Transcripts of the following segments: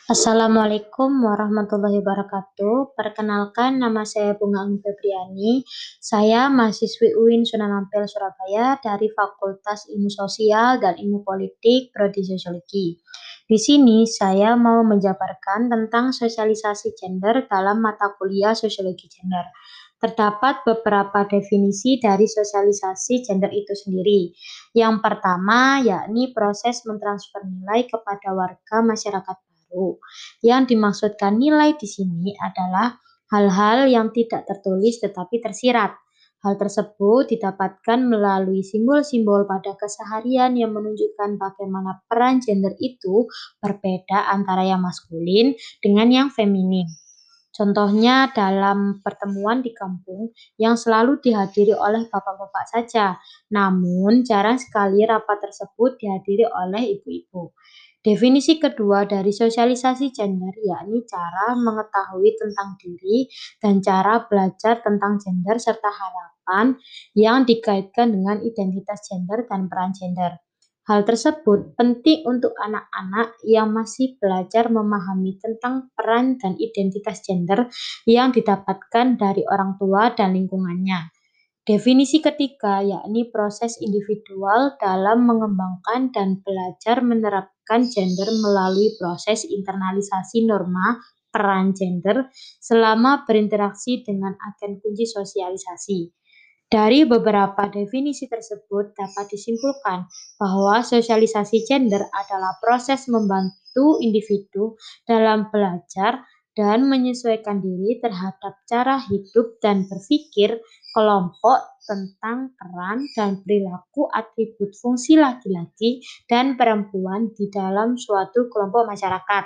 Assalamualaikum warahmatullahi wabarakatuh. Perkenalkan, nama saya Bunga Anggi Febriani. Saya mahasiswi UIN Sunan Ampel, Surabaya dari Fakultas Ilmu Sosial dan Ilmu Politik, Prodi Sosiologi. Di sini saya mau menjabarkan tentang sosialisasi gender dalam mata kuliah Sosiologi Gender. Terdapat beberapa definisi dari sosialisasi gender itu sendiri. Yang pertama, yakni proses mentransfer nilai kepada warga masyarakat baru. Yang dimaksudkan nilai di sini adalah hal-hal yang tidak tertulis tetapi tersirat. Hal tersebut didapatkan melalui simbol-simbol pada keseharian yang menunjukkan bagaimana peran gender itu berbeda antara yang maskulin dengan yang feminin. Contohnya dalam pertemuan di kampung yang selalu dihadiri oleh bapak-bapak saja, namun jarang sekali rapat tersebut dihadiri oleh ibu-ibu. Definisi kedua dari sosialisasi gender yakni cara mengetahui tentang diri dan cara belajar tentang gender serta harapan yang dikaitkan dengan identitas gender dan peran gender. Hal tersebut penting untuk anak-anak yang masih belajar memahami tentang peran dan identitas gender yang didapatkan dari orang tua dan lingkungannya. Definisi ketiga yakni proses individual dalam mengembangkan dan belajar menerapkan gender melalui proses internalisasi norma peran gender selama berinteraksi dengan agen kunci sosialisasi. Dari beberapa definisi tersebut dapat disimpulkan bahwa sosialisasi gender adalah proses membantu individu dalam belajar dan menyesuaikan diri terhadap cara hidup dan berpikir kelompok tentang peran dan perilaku atribut fungsi laki-laki dan perempuan di dalam suatu kelompok masyarakat.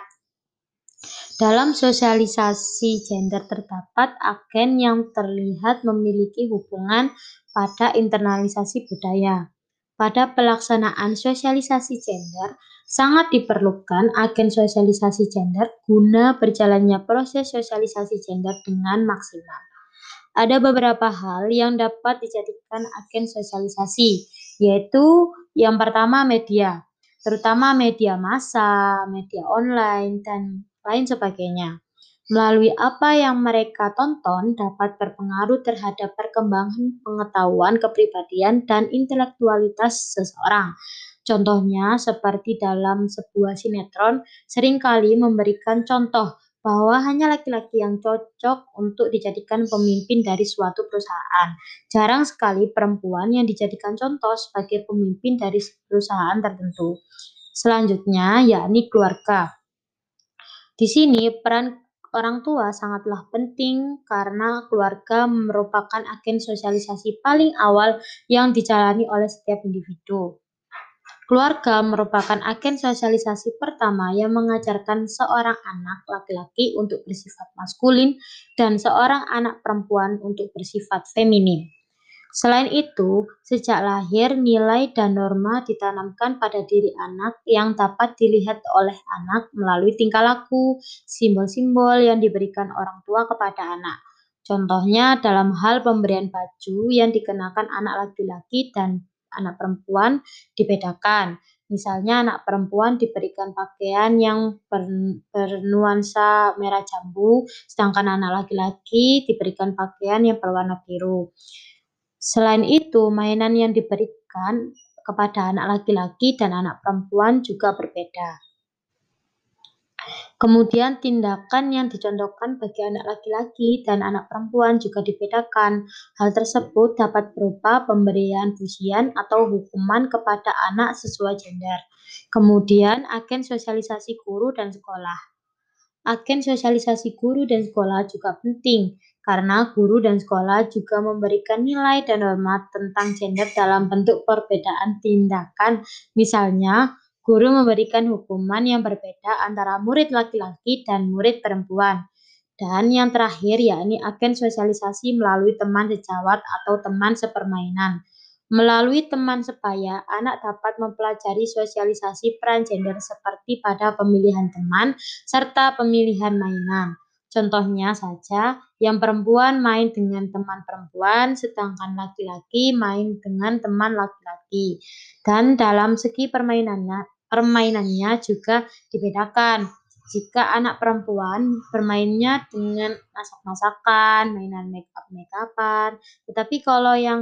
Dalam sosialisasi gender terdapat agen yang terlihat memiliki hubungan pada internalisasi budaya. Pada pelaksanaan sosialisasi gender, sangat diperlukan agen sosialisasi gender guna berjalannya proses sosialisasi gender dengan maksimal. Ada beberapa hal yang dapat dijadikan agen sosialisasi, yaitu yang pertama media, terutama media massa, media online, dan lain sebagainya. Melalui apa yang mereka tonton dapat berpengaruh terhadap perkembangan pengetahuan, kepribadian, dan intelektualitas seseorang. Contohnya seperti dalam sebuah sinetron seringkali memberikan contoh bahwa hanya laki-laki yang cocok untuk dijadikan pemimpin dari suatu perusahaan. Jarang sekali perempuan yang dijadikan contoh sebagai pemimpin dari perusahaan tertentu. Selanjutnya, yakni keluarga. Di sini peran orang tua sangatlah penting karena keluarga merupakan agen sosialisasi paling awal yang dijalani oleh setiap individu. Keluarga merupakan agen sosialisasi pertama yang mengajarkan seorang anak laki-laki untuk bersifat maskulin dan seorang anak perempuan untuk bersifat feminin. Selain itu, sejak lahir nilai dan norma ditanamkan pada diri anak yang dapat dilihat oleh anak melalui tingkah laku, simbol-simbol yang diberikan orang tua kepada anak. Contohnya dalam hal pemberian baju yang dikenakan anak laki-laki dan anak perempuan dibedakan. Misalnya anak perempuan diberikan pakaian yang bernuansa merah jambu, sedangkan anak laki-laki diberikan pakaian yang berwarna biru. Selain itu, mainan yang diberikan kepada anak laki-laki dan anak perempuan juga berbeda. Kemudian tindakan yang dicontohkan bagi anak laki-laki dan anak perempuan juga dibedakan. Hal tersebut dapat berupa pemberian pujian atau hukuman kepada anak sesuai gender. Kemudian agen sosialisasi guru dan sekolah. Agen sosialisasi guru dan sekolah juga penting karena guru dan sekolah juga memberikan nilai dan norma tentang gender dalam bentuk perbedaan tindakan. Misalnya, guru memberikan hukuman yang berbeda antara murid laki-laki dan murid perempuan. Dan yang terakhir yakni agen sosialisasi melalui teman sejawat atau teman sepermainan. Melalui teman sebaya, anak dapat mempelajari sosialisasi peran gender seperti pada pemilihan teman serta pemilihan mainan. Contohnya saja, yang perempuan main dengan teman perempuan, sedangkan laki-laki main dengan teman laki-laki. Dan dalam segi permainannya juga dibedakan. Jika anak perempuan bermainnya dengan masak-masakan, mainan make-up-make-up-an, tetapi kalau yang,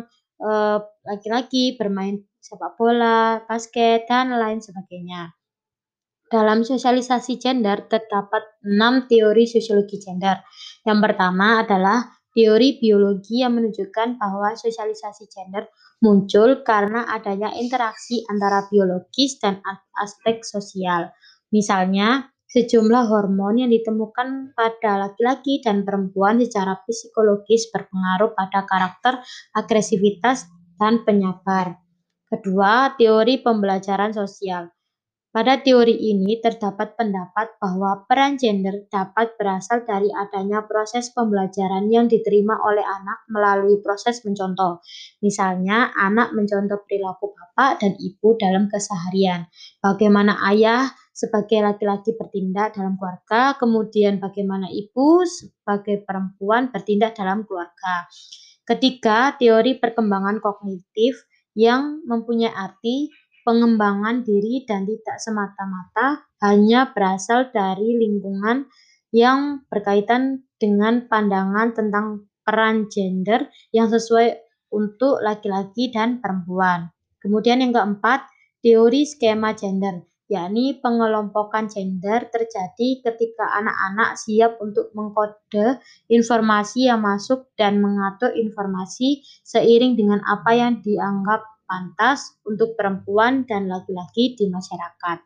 laki-laki bermain sepak bola, basket, dan lain sebagainya. Dalam sosialisasi gender terdapat 6 teori sosiologi gender. Yang pertama adalah teori biologi yang menunjukkan bahwa sosialisasi gender muncul karena adanya interaksi antara biologis dan aspek sosial. Misalnya, sejumlah hormon yang ditemukan pada laki-laki dan perempuan secara psikologis berpengaruh pada karakter, agresivitas, dan penyabar. Kedua, teori pembelajaran sosial. Pada teori ini terdapat pendapat bahwa peran gender dapat berasal dari adanya proses pembelajaran yang diterima oleh anak melalui proses mencontoh. Misalnya, anak mencontoh perilaku bapak dan ibu dalam keseharian. Bagaimana ayah sebagai laki-laki bertindak dalam keluarga, kemudian bagaimana ibu sebagai perempuan bertindak dalam keluarga. Ketiga, teori perkembangan kognitif yang mempunyai arti pengembangan diri dan tidak semata-mata hanya berasal dari lingkungan yang berkaitan dengan pandangan tentang peran gender yang sesuai untuk laki-laki dan perempuan. Kemudian yang keempat, teori skema gender, yakni pengelompokan gender terjadi ketika anak-anak siap untuk mengkode informasi yang masuk dan mengatur informasi seiring dengan apa yang dianggap pantas untuk perempuan dan laki-laki di masyarakat.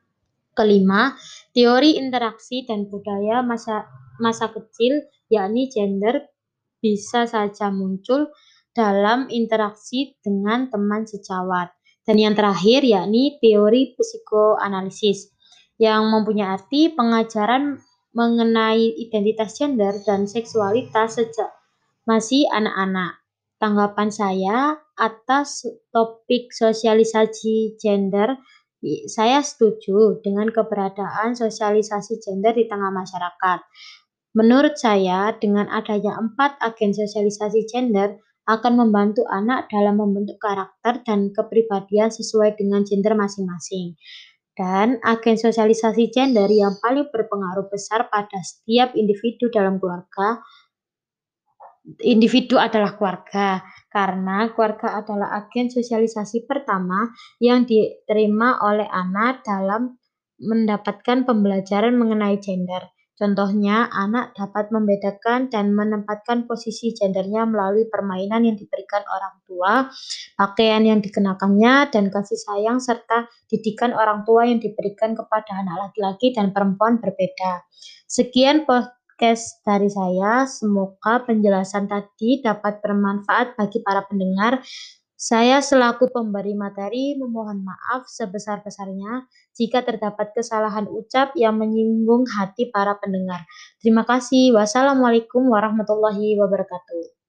Kelima, teori interaksi dan budaya masa kecil, yakni gender, bisa saja muncul dalam interaksi dengan teman sejawat. Dan yang terakhir, yakni teori psikoanalisis, yang mempunyai arti pengajaran mengenai identitas gender dan seksualitas sejak masih anak-anak. Tanggapan saya atas topik sosialisasi gender, saya setuju dengan keberadaan sosialisasi gender di tengah masyarakat. Menurut saya, dengan adanya 4 agen sosialisasi gender akan membantu anak dalam membentuk karakter dan kepribadian sesuai dengan gender masing-masing. Dan agen sosialisasi gender yang paling berpengaruh besar pada setiap individu adalah keluarga, karena keluarga adalah agen sosialisasi pertama yang diterima oleh anak dalam mendapatkan pembelajaran mengenai gender. Contohnya, anak dapat membedakan dan menempatkan posisi gendernya melalui permainan yang diberikan orang tua, pakaian yang dikenakannya, dan kasih sayang serta didikan orang tua yang diberikan kepada anak laki-laki dan perempuan berbeda. Sekian podcast dari saya, semoga penjelasan tadi dapat bermanfaat bagi para pendengar. Saya selaku pemberi materi memohon maaf sebesar-besarnya jika terdapat kesalahan ucap yang menyinggung hati para pendengar. Terima kasih. Wassalamualaikum warahmatullahi wabarakatuh.